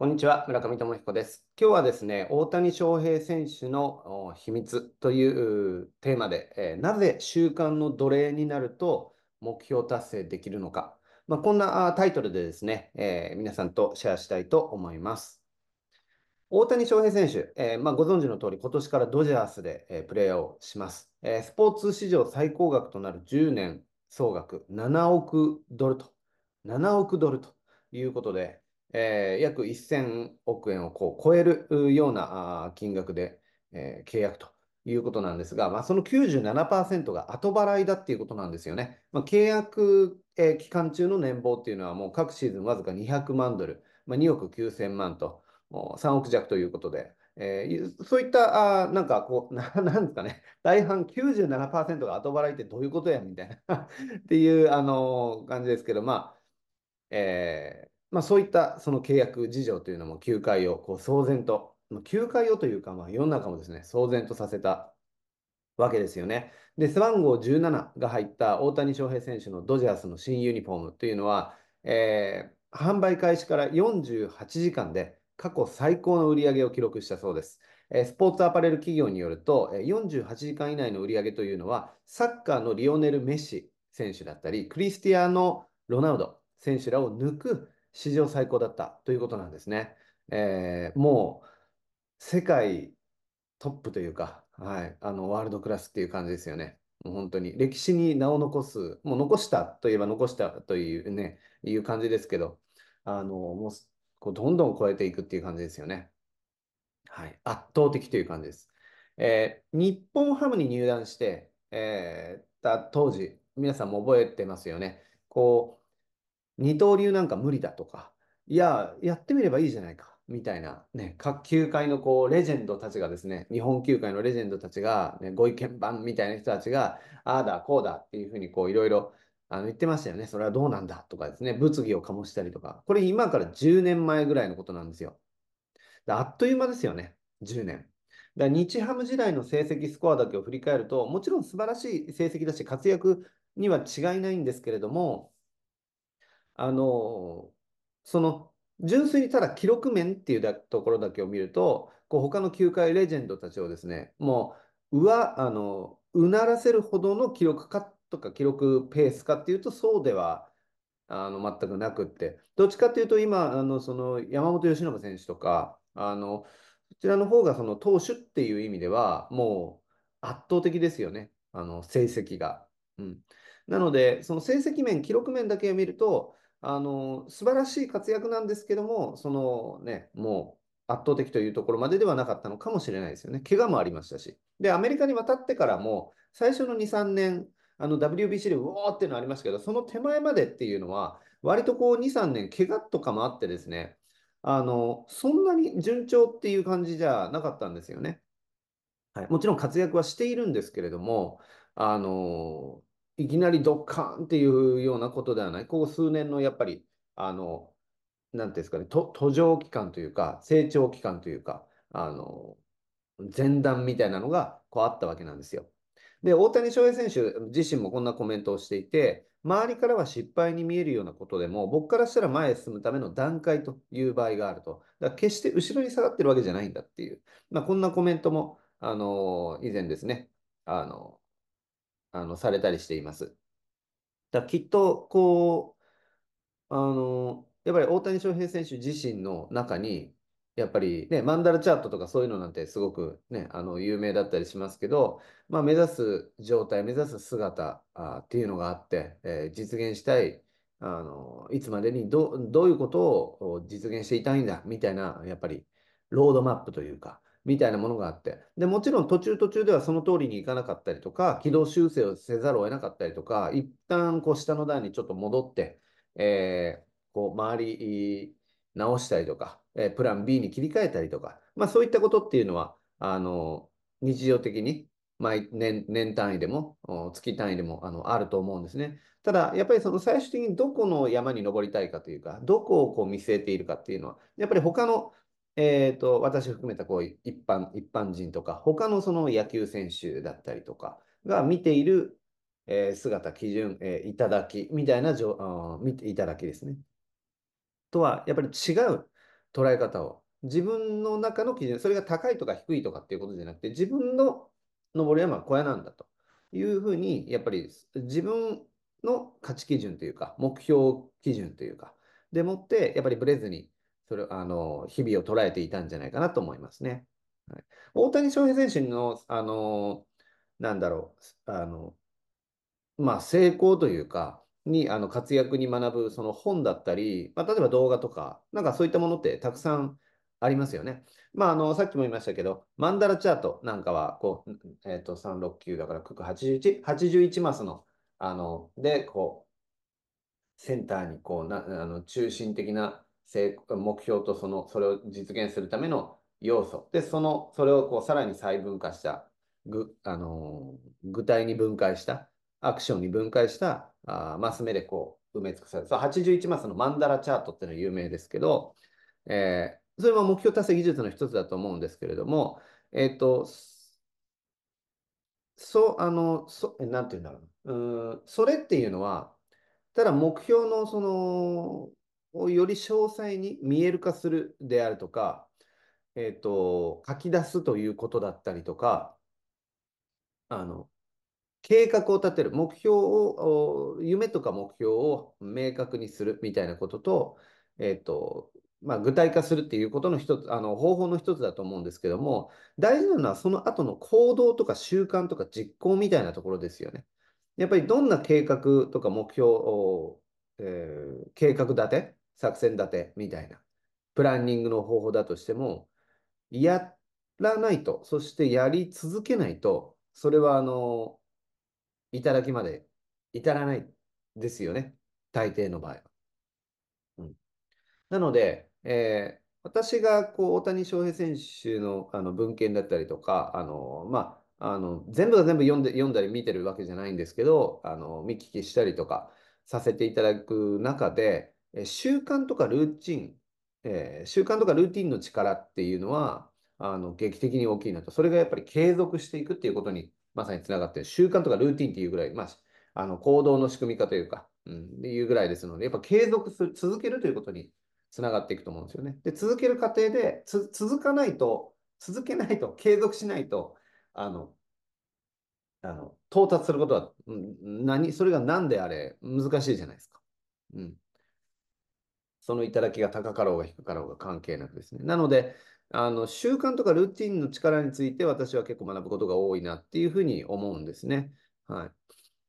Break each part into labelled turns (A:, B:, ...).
A: こんにちは、村上智彦です。今日はですね、大谷翔平選手の秘密というテーマで、なぜ習慣の奴隷になると目標達成できるのか、こんなタイトルでですね、皆さんとシェアしたいと思います。大谷翔平選手、ご存知の通り、今年からドジャースで、プレーをします。スポーツ史上最高額となる10年総額7億ドルと、7億ドルということで、約1000億円を超えるような金額で、契約ということなんですが、その97%が後払いだっていうことなんですよね。契約、期間中の年俸っていうのはもう各シーズンわずか200万ドル、2億9000万と、もう3億弱ということで、そういった、なんですかね、大半97%が後払いってどういうことやみたいなっていう、感じですけど、そういったその契約事情というのも球界をこう騒然と、球界をというか、世の中もですね、騒然とさせたわけですよね。で、背番号17が入った大谷翔平選手のドジャースの新ユニフォームというのは、販売開始から48時間で過去最高の売り上げを記録したそうです。スポーツアパレル企業によると、48時間以内の売り上げというのは、サッカーのリオネル・メッシ選手だったり、クリスティアーノ・ロナウド選手らを抜く史上最高だったということなんですね。もう世界トップというか、はい、ワールドクラスっていう感じですよね。もう本当に歴史に名を残す、もう残したといえば残したというね、いう感じですけど、もうこうどんどん超えていくっていう感じですよね。はい、圧倒的という感じです。日本ハムに入団して、た当時、皆さんも覚えてますよね。こう二刀流なんか無理だとか、いや、やってみればいいじゃないか、みたいな、ね、各球界のこう、レジェンドたちがですね、日本球界のレジェンドたちが、ね、ご意見番みたいな人たちが、ああだ、こうだっていうふうにこう、いろいろ言ってましたよね。それはどうなんだとかですね、物議を醸したりとか、これ今から10年前ぐらいのことなんですよ。であっという間ですよね、10年。日ハム時代の成績スコアだけを振り返ると、もちろん素晴らしい成績だし、活躍には違いないんですけれども、あの、その、純粋にただ記録面っていうところだけを見ると、こう他の球界レジェンドたちをですね、もうならせるほどの記録かとか記録ペースかっていうと、そうでは全くなくって、どっちかっていうと、今、その山本由伸選手とか、そちらの方がその投手っていう意味では、もう圧倒的ですよね、成績が。うん。なので、その成績面、記録面だけを見ると、素晴らしい活躍なんですけども、そのね、もう圧倒的というところまでではなかったのかもしれないですよね。怪我もありましたし。で、アメリカに渡ってからも、最初の2、3年、WBC でうおーっていうのありましたけど、その手前までっていうのは、割とこう2、3年、怪我とかもあってですね、そんなに順調っていう感じじゃなかったんですよね。はい、もちろん活躍はしているんですけれども、あの、いきなりドッカーンっていうようなことではない、ここ数年のやっぱり、なんていうんですかね、途上期間というか、成長期間というか、前段みたいなのがこうあったわけなんですよ。で、大谷翔平選手自身もこんなコメントをしていて、周りからは失敗に見えるようなことでも、僕からしたら前へ進むための段階という場合があると。だから決して後ろに下がってるわけじゃないんだっていう、こんなコメントも、以前ですね、あの、されたりしています。だからきっと、こう、やっぱり大谷翔平選手自身の中に、やっぱりね、マンダラチャートとかそういうのなんてすごくね、有名だったりしますけど、目指す状態、目指す姿っていうのがあって、実現したい、いつまでにどういうことを実現していたいんだ、みたいな、やっぱり、ロードマップというか、みたいなものがあって、で、もちろん途中途中ではその通りにいかなかったりとか、軌道修正をせざるを得なかったりとか、一旦こう下の段にちょっと戻って、こう回り直したりとか、プラン B に切り替えたりとか、そういったことっていうのは、日常的に年単位でも月単位でもあると思うんですね。ただ、やっぱりその最終的にどこの山に登りたいかというか、どこをこう見据えているかっていうのは、やっぱり他の、私含めたこう一般人とか、他のその野球選手だったりとかが見ている姿、基準、頂きみたいな見ていただきですね。とは、やっぱり違う。 捉え方を。自分の中の基準、それが高いとか低いとかっていうことじゃなくて、自分の登り山は小屋なんだというふうに、やっぱり自分の価値基準というか、目標基準というか、でもって、やっぱりブレずに、日々を捉えていたんじゃないかなと思いますね。はい、大谷翔平選手の、なんだろう、まあ、成功というか、活躍に学ぶその本だったり、まあ、例えば動画とか、なんかそういったものってたくさんありますよね。まあ、さっきも言いましたけど、マンダラチャートなんかは、369だから、81、81マスの、センターに中心的な目標とそれを実現するための要素。で、それをさらに細分化した、具体に分解した、アクションに分解したマス目で埋め尽くされる。81マスのマンダラチャートっていうのは有名ですけど、それも目標達成技術の一つだと思うんですけれども、えっと、なんていうんだろうな。それっていうのは、ただ目標のをより詳細に見える化するであるとか、書き出すということだったりとか、あの、計画を立てる、夢とか目標を明確にするみたいなことと、まあ、具体化するっていうことの一つ、方法の一つだと思うんですけども、大事なのはその後の行動とか習慣とか実行みたいなところですよね。やっぱりどんな計画とか目標を、計画立て、作戦立てみたいな、プランニングの方法だとしても、やらないと、そしてやり続けないと、それは頂きまで至らないですよね。大抵の場合は。うん、なので、私が大谷翔平選手の、文献だったりとか、全部が全部読んだり見てるわけじゃないんですけど、見聞きしたりとかさせていただく中で、習慣とかルーティンの力っていうのは、劇的に大きいなと。それがやっぱり継続していくっていうことにまさにつながっている。習慣とかルーティンっていうぐらい、まあ、行動の仕組み化というか、っていうぐらいですので、やっぱ継続する、続けるということにつながっていくと思うんですよね。で、続ける過程で、続けないと、継続しないと、あの、到達することは、それが何であれ、難しいじゃないですか。うん。その頂きが高かろうが低かろうが関係なくですね。なので、習慣とかルーティンの力について私は結構学ぶことが多いなっていうふうに思うんですね。はい。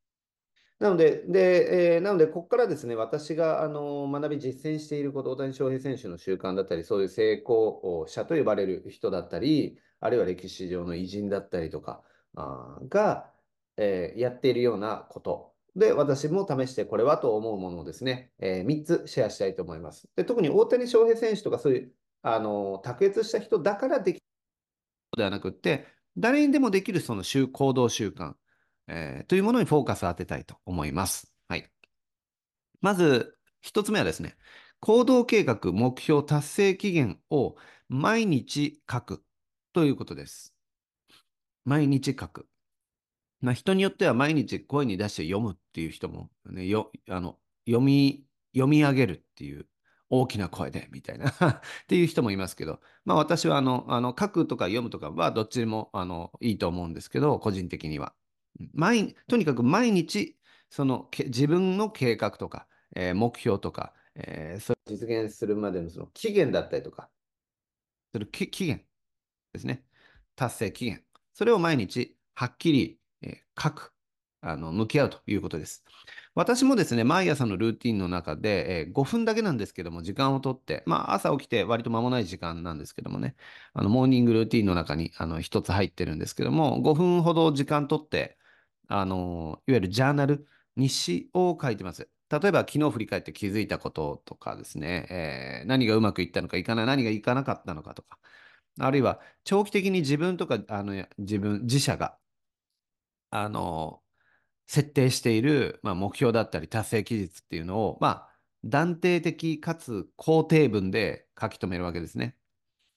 A: なので、ここからですね、私が学び実践していること、大谷翔平選手の習慣だったり、そういう成功者と呼ばれる人だったり、あるいは歴史上の偉人だったりとかが、やっているようなことで、私も試してこれはと思うものをですね、3つシェアしたいと思います。で、特に大谷翔平選手とか、そういう、卓越した人だからできるのではなくって、誰にでもできるその行動習慣、というものにフォーカスを当てたいと思います。はい。まず、一つ目はですね、行動計画、目標、達成期限を毎日書くということです。毎日書く。まあ、人によっては毎日声に出して読むっていう人も、ね、読み上げるっていう大きな声でみたいなっていう人もいますけど、まあ私は書くとか読むとかはどっちでもいいと思うんですけど、個人的には。とにかく毎日、自分の計画とか、目標とか、それを実現するまでのその期限だったりとか、期限ですね。達成期限。それを毎日はっきり、書く、向き合うということです。私もですね、毎朝のルーティンの中で、5分だけなんですけども、時間をとって、まあ、朝起きて割と間もない時間なんですけどもね、モーニングルーティンの中に、一つ入ってるんですけども、5分ほど時間とって、いわゆるジャーナル、日誌を書いてます。例えば、昨日振り返って気づいたこととかですね、何がうまくいったのかいかない、何がいかなかったのかとか、あるいは、長期的に自分とか、自社が、あの、設定している、まあ、目標だったり達成期日っていうのを、まあ、断定的かつ肯定文で書き留めるわけですね。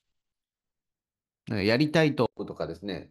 A: なんかやりたいとかですね、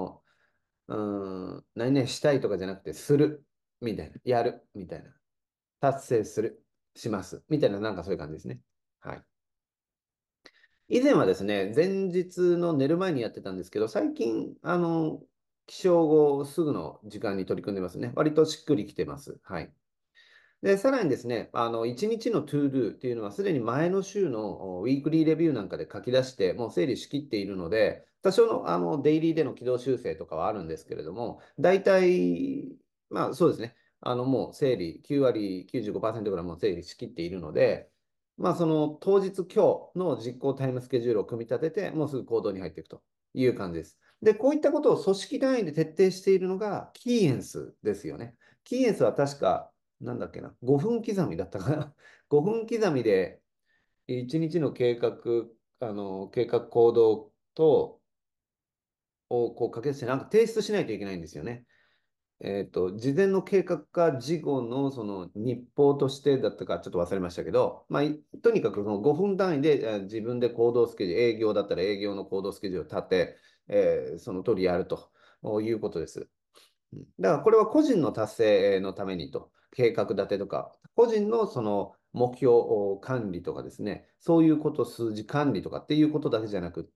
A: 何々したいとかじゃなくて、する、みたいな、やる、みたいな、達成する、します、みたいな、なんかそういう感じですね。はい。 以前はですね、前日の寝る前にやってたんですけど、最近、起床後すぐの時間に取り組んでますね。割としっくりきてます。はい。で、さらにですね、1日のトゥードゥっていうのは、すでに前の週のウィークリーレビューなんかで書き出して、もう整理しきっているので、多少の、デイリーでの軌道修正とかはあるんですけれども、大体、まあそうですね、もう整理、9割、95%ぐらいもう整理しきっているので、まあその当日今日の実行タイムスケジュールを組み立てて、もうすぐ行動に入っていくという感じです。で、こういったことを組織単位で徹底しているのが、キーエンスですよね。キーエンスは確か、なんだっけな、5分刻みだったかな。5分刻みで1日の計画、計画行動と、をこう掛け合わせて、なんか提出しないといけないんですよね。事前の計画か事後のその日報としてだったかちょっと忘れましたけど、まあ、とにかくその5分単位で自分で行動スケジュール、営業だったら営業の行動スケジュールを立て、その通りやるということです。だからこれは個人の達成のためにと、計画立てとか、個人のその目標管理とかですね、そういうこと、数字管理とかっていうことだけじゃなくって、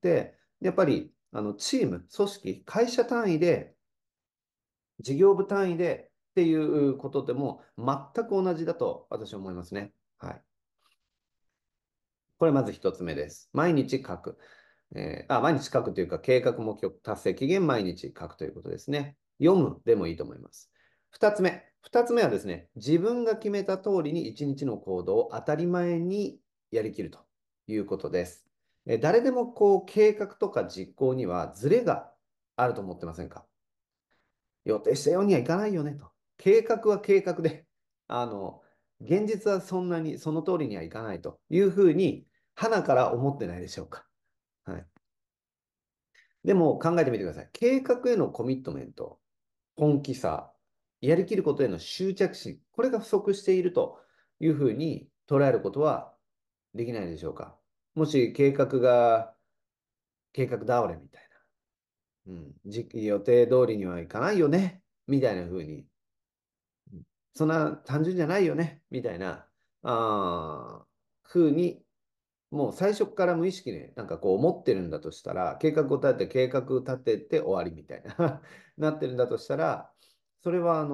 A: やっぱりチーム、組織、会社単位で、事業部単位でっていうことでも全く同じだと私は思いますね。はい。これまず一つ目です。毎日書く。毎日書くというか、計画目標達成期限毎日書くということですね。読むでもいいと思います。二つ目。二つ目はですね、自分が決めた通りに一日の行動を当たり前にやりきるということです。誰でもこう計画とか実行にはズレがあると思ってませんか？予定したようにはいかないよねと。計画は計画で、あの、現実はそんなにその通りにはいかないというふうに、花から思ってないでしょうか。はい。でも考えてみてください。計画へのコミットメント、本気さ、やりきることへの執着心、これが不足しているというふうに捉えることはできないでしょうか。もし計画倒れみたいな、予定通りにはいかないよね、みたいなふうに、そんな単純じゃないよね、みたいな、風に、もう最初から無意識になんかこう思ってるんだとしたら、計画立てて終わりみたいななってるんだとしたら、それは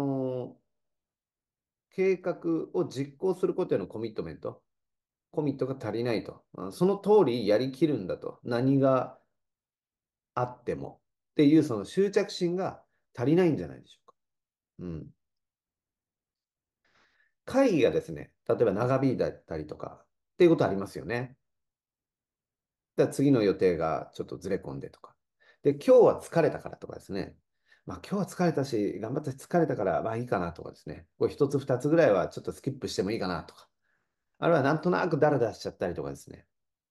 A: 計画を実行することへのコミットが足りないと。その通りやりきるんだと。何があっても。っていうその執着心が足りないんじゃないでしょうか。うん。会議がですね、例えば長引いたりとかっていうことありますよね。だから次の予定がちょっとずれ込んでとか。で、今日は疲れたからとかですね。まあ今日は疲れたし、頑張って疲れたからまあいいかなとかですね。これ一つ二つぐらいはちょっとスキップしてもいいかなとか。あるいはなんとなくダラダラしちゃったりとかですね。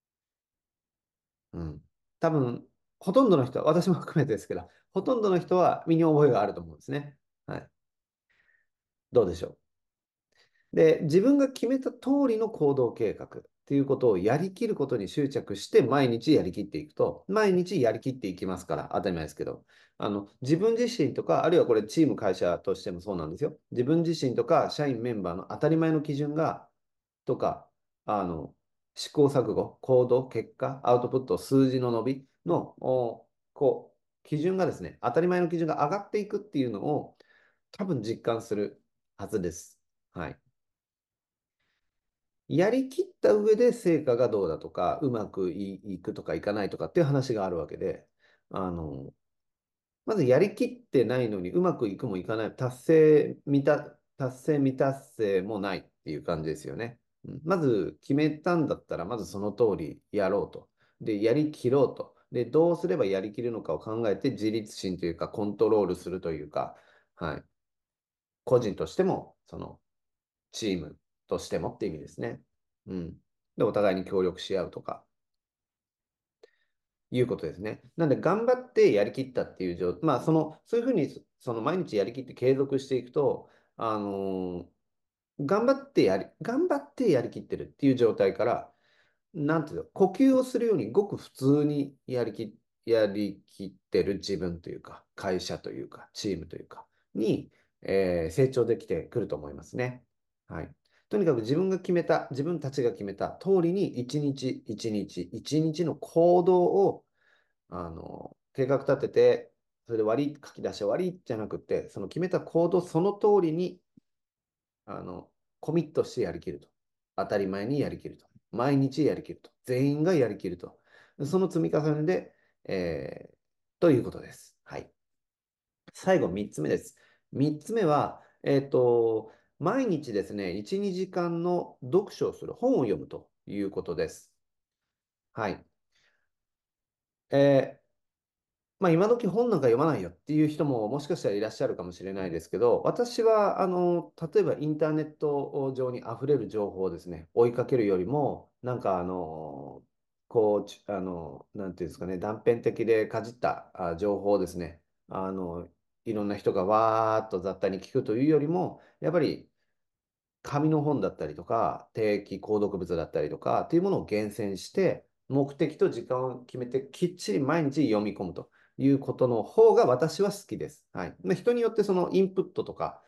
A: うん。多分、ほとんどの人は、私も含めてですけど、ほとんどの人は身に覚えがあると思うんですね。はい。どうでしょう。で、自分が決めた通りの行動計画っていうことをやりきることに執着して毎日やりきっていくと、毎日やりきっていきますから、当たり前ですけど、自分自身とか、あるいはこれチーム会社としてもそうなんですよ。自分自身とか社員メンバーの当たり前の基準が、とか、試行錯誤、行動、結果、アウトプット、数字の伸びの、基準がですね、当たり前の基準が上がっていくっていうのを多分実感するはずです。はい。やりきった上で成果がどうだとか、うまくいくとかいかないとかっていう話があるわけで、あの、まずやりきってないのにうまくいくもいかない、達成未達成もないっていう感じですよね。まず決めたんだったら、まずその通りやろうと。で、やりきろうと。で、どうすればやりきるのかを考えて自立心というか、コントロールするというか、はい。個人としても、その、チームとしてもっていう意味ですね。うん。で、お互いに協力し合うとか、いうことですね。なんで、頑張ってやりきったっていうまあ、そういうふうに、その毎日やりきって継続していくと、あの頑張ってやりきってるっていう状態から、なんていうの、呼吸をするようにごく普通にやりきってる自分というか、会社というか、チームというか、に、成長できてくると思いますね。はい。 とにかく自分が決めた、自分たちが決めた通りに一日一日一日の行動を計画立てて、それで書き出し終わりじゃなくて、その決めた行動その通りに、あの、コミットしてやりきると。当たり前にやりきると。毎日やりきると。全員がやりきると。その積み重ねで、ということです。はい。最後、3つ目です。3つ目は、毎日ですね、1、2時間の読書をする、本を読むということです。はい。えーまあ、今時本なんか読まないよっていう人ももしかしたらいらっしゃるかもしれないですけど、私は、例えばインターネット上に溢れる情報をですね、追いかけるよりも、なんか、こう、なんていうんですかね、断片的でかじった情報をですね、いろんな人がわーっと雑多に聞くというよりも、やっぱり紙の本だったりとか、定期購読物だったりとか、っていうものを厳選して、目的と時間を決めて、きっちり毎日読み込むということの方が私は好きです。はい。まあ人によってそのインプットとか、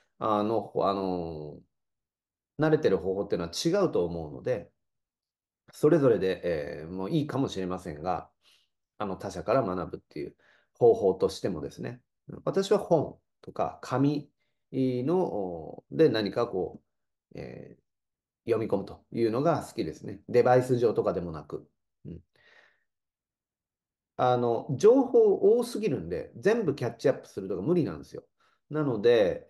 A: 慣れてる方法っていうのは違うと思うので、それぞれで、もういいかもしれませんが、他者から学ぶっていう方法としてもですね、私は本とか紙で何かこう、読み込むというのが好きですね。デバイス上とかでもなく。うん、情報多すぎるんで、全部キャッチアップするのが無理なんですよ。なので、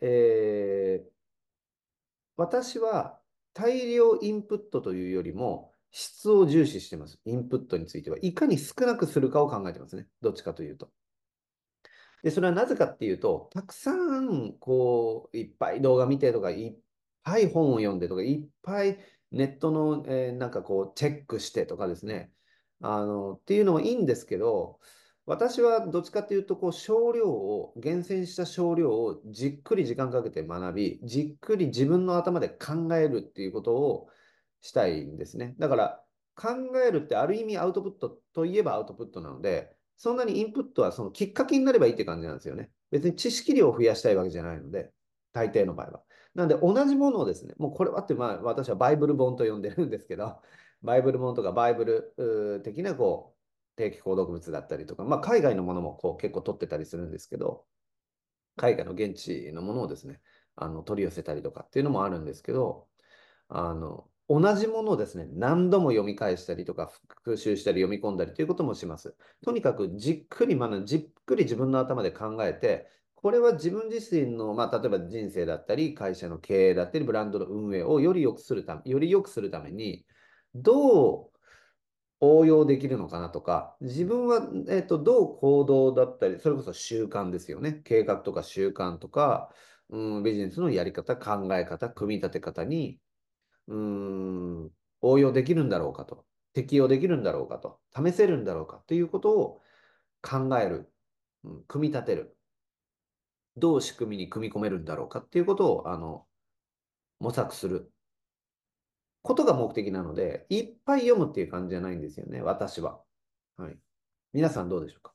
A: 私は大量インプットというよりも、質を重視してます。インプットについては。いかに少なくするかを考えてますね。どっちかというと。で、それはなぜかっていうと、たくさん、こう、いっぱい動画見てとか、いっぱい本を読んでとか、いっぱいネットの、なんかこう、チェックしてとかですね。っていうのもいいんですけど、私はどっちかっていうと、こう、厳選した少量をじっくり時間かけて学び、じっくり自分の頭で考えるっていうことをしたいんですね。だから、考えるってある意味アウトプットといえばアウトプットなので、そんなにインプットはそのきっかけになればいいって感じなんですよね。別に知識量を増やしたいわけじゃないので、大抵の場合は。なので、同じものをですね、もうこれはって、まあ、私はバイブル本と呼んでるんですけど、バイブル本とかバイブル的なこう定期購読物だったりとか、まあ、海外のものもこう結構取ってたりするんですけど、海外の現地のものをですね、取り寄せたりとかっていうのもあるんですけど、同じものをですね、何度も読み返したりとか、復習したり読み込んだりということもします。とにかくじっくり自分の頭で考えて、これは自分自身の、まあ、例えば人生だったり、会社の経営だったり、ブランドの運営をより良くするために、どう応用できるのかなとか、自分は、どう行動だったり、それこそ習慣ですよね。計画とか習慣とか、ビジネスのやり方、考え方、組み立て方に、応用できるんだろうかと、適用できるんだろうかと、試せるんだろうかということを考える、組み立てる、どう仕組みに組み込めるんだろうかっていうことを、模索することが目的なので、いっぱい読むっていう感じじゃないんですよね、私は。はい。皆さんどうでしょうか？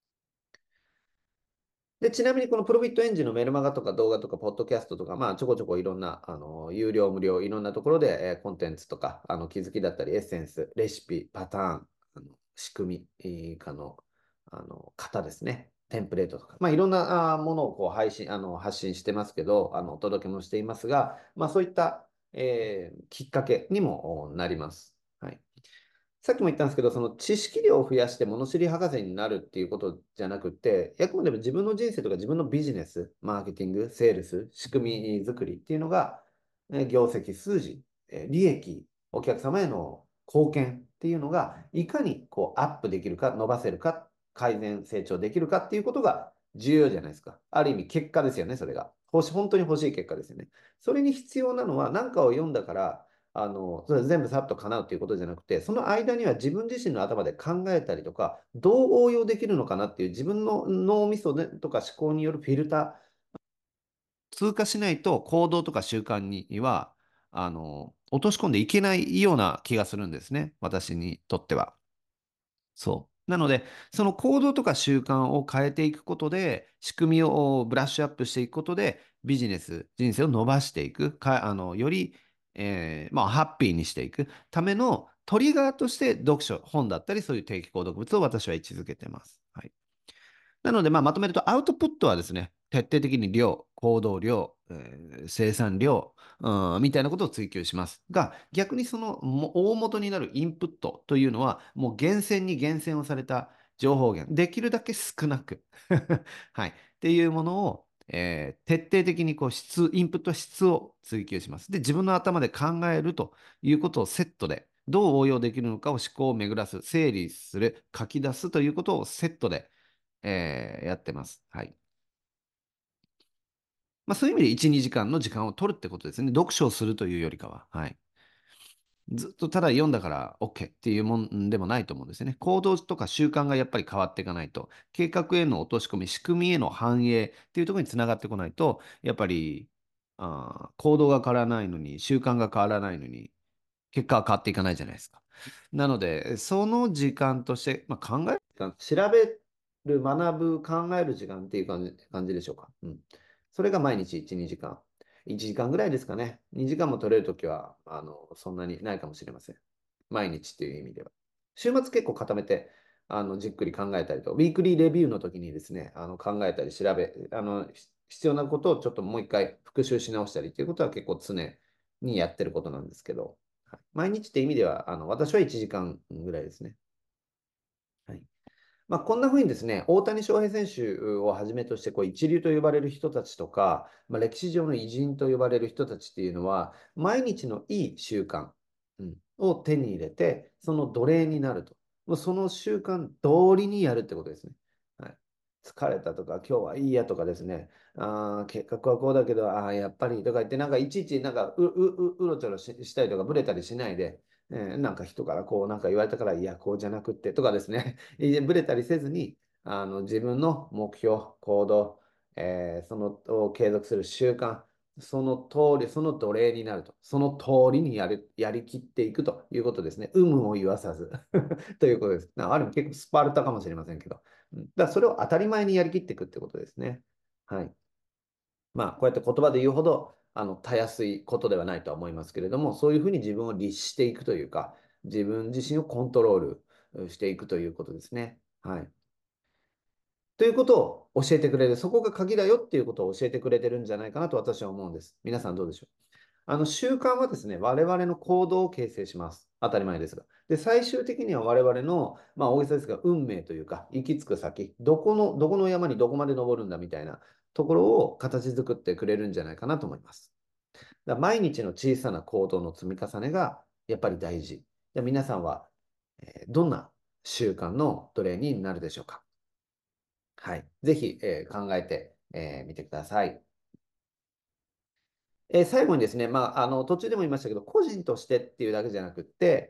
A: で、ちなみにこのプロフィットエンジンのメルマガとか動画とか、ポッドキャストとか、まあ、ちょこちょこいろんな、有料、無料、いろんなところで、コンテンツとか、気づきだったり、エッセンス、レシピ、パターン、仕組み、型ですね。テンプレートとか、まあ、いろんなものをこう発信してますけど、お届けもしていますが、まあ、そういった、きっかけにもなります。はい。さっきも言ったんですけど、その知識量を増やして物知り博士になるっていうことじゃなくて、あくまでも自分の人生とか自分のビジネス、マーケティング、セールス、仕組み作りっていうのが、業績、数字、利益、お客様への貢献っていうのが、いかにこうアップできるか、伸ばせるか、改善、成長できるかっていうことが重要じゃないですか。ある意味結果ですよね、それが。本当に欲しい結果ですよね。それに必要なのは何かを読んだから、それ全部さっと叶うということじゃなくて、その間には自分自身の頭で考えたりとか、どう応用できるのかなっていう自分の脳みそでとか思考によるフィルター、通過しないと行動とか習慣には、落とし込んでいけないような気がするんですね。私にとっては。そう。なので、その行動とか習慣を変えていくことで、仕組みをブラッシュアップしていくことで、ビジネス、人生を伸ばしていく、よりまあ、ハッピーにしていくためのトリガーとして読書、本だったり、そういう定期購読物を私は位置づけてます。はい。なので、まあ、まとめると、アウトプットはですね、徹底的に量、行動量、生産量、みたいなことを追求しますが、逆にその大元になるインプットというのは、もう厳選に厳選をされた情報源、できるだけ少なくはい、っていうものを、徹底的にこうインプット質を追求します。で、自分の頭で考えるということをセットで、どう応用できるのかを思考を巡らす、整理する、書き出すということをセットで、やってます。はい。まあ、そういう意味で1、2時間の時間を取るってことですね。読書をするというよりかは。はい。ずっとただ読んだから OK っていうもんでもないと思うんですよね。行動とか習慣がやっぱり変わっていかないと、計画への落とし込み、仕組みへの反映っていうところにつながってこないと、やっぱり、行動が変わらないのに、習慣が変わらないのに、結果は変わっていかないじゃないですか。なので、その時間として、まあ、考える時間、調べる、学ぶ、考える時間っていう感じでしょうか。うん。それが毎日1、2時間。1時間ぐらいですかね。2時間も取れるときは、そんなにないかもしれません。毎日っていう意味では。週末結構固めて、じっくり考えたりと、ウィークリーレビューの時にですね、考えたり調べ、必要なことをちょっともう一回復習し直したりっていうことは結構常にやってることなんですけど、はい、毎日って意味では、私は1時間ぐらいですね。はい。まあ、こんな風にですね、大谷翔平選手をはじめとして、こう一流と呼ばれる人たちとか、まあ、歴史上の偉人と呼ばれる人たちっていうのは、毎日のいい習慣、を手に入れて、その奴隷になると。もうその習慣通りにやるってことですね。はい。疲れたとか、今日はいいやとかですね、計画はこうだけど、やっぱりとか言って、なんかいちいちなんかうろちょろしたりとか、ブレたりしないで、なんか人からこうなんか言われたから、いや、こうじゃなくってとかですね、ブレたりせずに、自分の目標、行動、そのを継続する習慣、その通り、その奴隷になると。その通りにやりきっていくということですね。有無を言わさずということです。ある意味結構スパルタかもしれませんけど。だからそれを当たり前にやりきっていくってことですね。はい。まあ、こうやって言葉で言うほど、たやすいことではないとは思いますけれども、そういうふうに自分を律していくというか、自分自身をコントロールしていくということですね。はい。ということを教えてくれる、そこが鍵だよっていうことを教えてくれてるんじゃないかなと私は思うんです。皆さんどうでしょう。習慣はですね、我々の行動を形成します。当たり前ですが。で、最終的には我々の、まあ大げさですが、運命というか、行き着く先、どこの山にどこまで登るんだみたいなところを形作ってくれるんじゃないかなと思います。だから毎日の小さな行動の積み重ねがやっぱり大事。で皆さんは、どんな習慣の奴隷になるでしょうか。はい。ぜひ、考えてみてください。最後にですね、まあ、途中でも言いましたけど、個人としてっていうだけじゃなくって、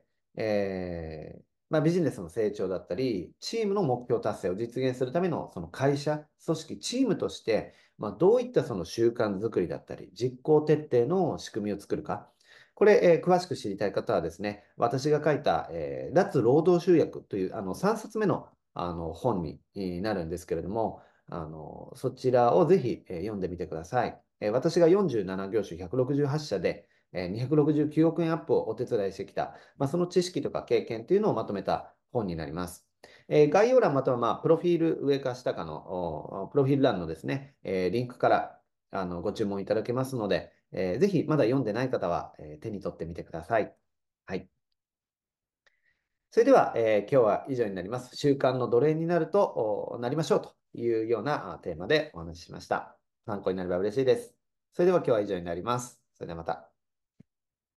A: まあ、ビジネスの成長だったり、チームの目標達成を実現するためのその会社、組織、チームとして、まあ、どういったその習慣づくりだったり、実行徹底の仕組みを作るか。これ、詳しく知りたい方はですね、私が書いた、脱労働集約という3冊目の、本になるんですけれども、そちらをぜひ、読んでみてください。私が47業種168社で、269億円アップをお手伝いしてきた、まあ、その知識とか経験というのをまとめた本になります。概要欄または、まあ、プロフィール上か下かの、プロフィール欄のですね、リンクからご注文いただけますので、ぜひまだ読んでない方は、手に取ってみてください。はい。それでは、今日は以上になります。習慣の奴隷になるとなりましょうというようなテーマでお話ししました。参考になれば嬉しいです。それでは今日は以上になります。それではまた。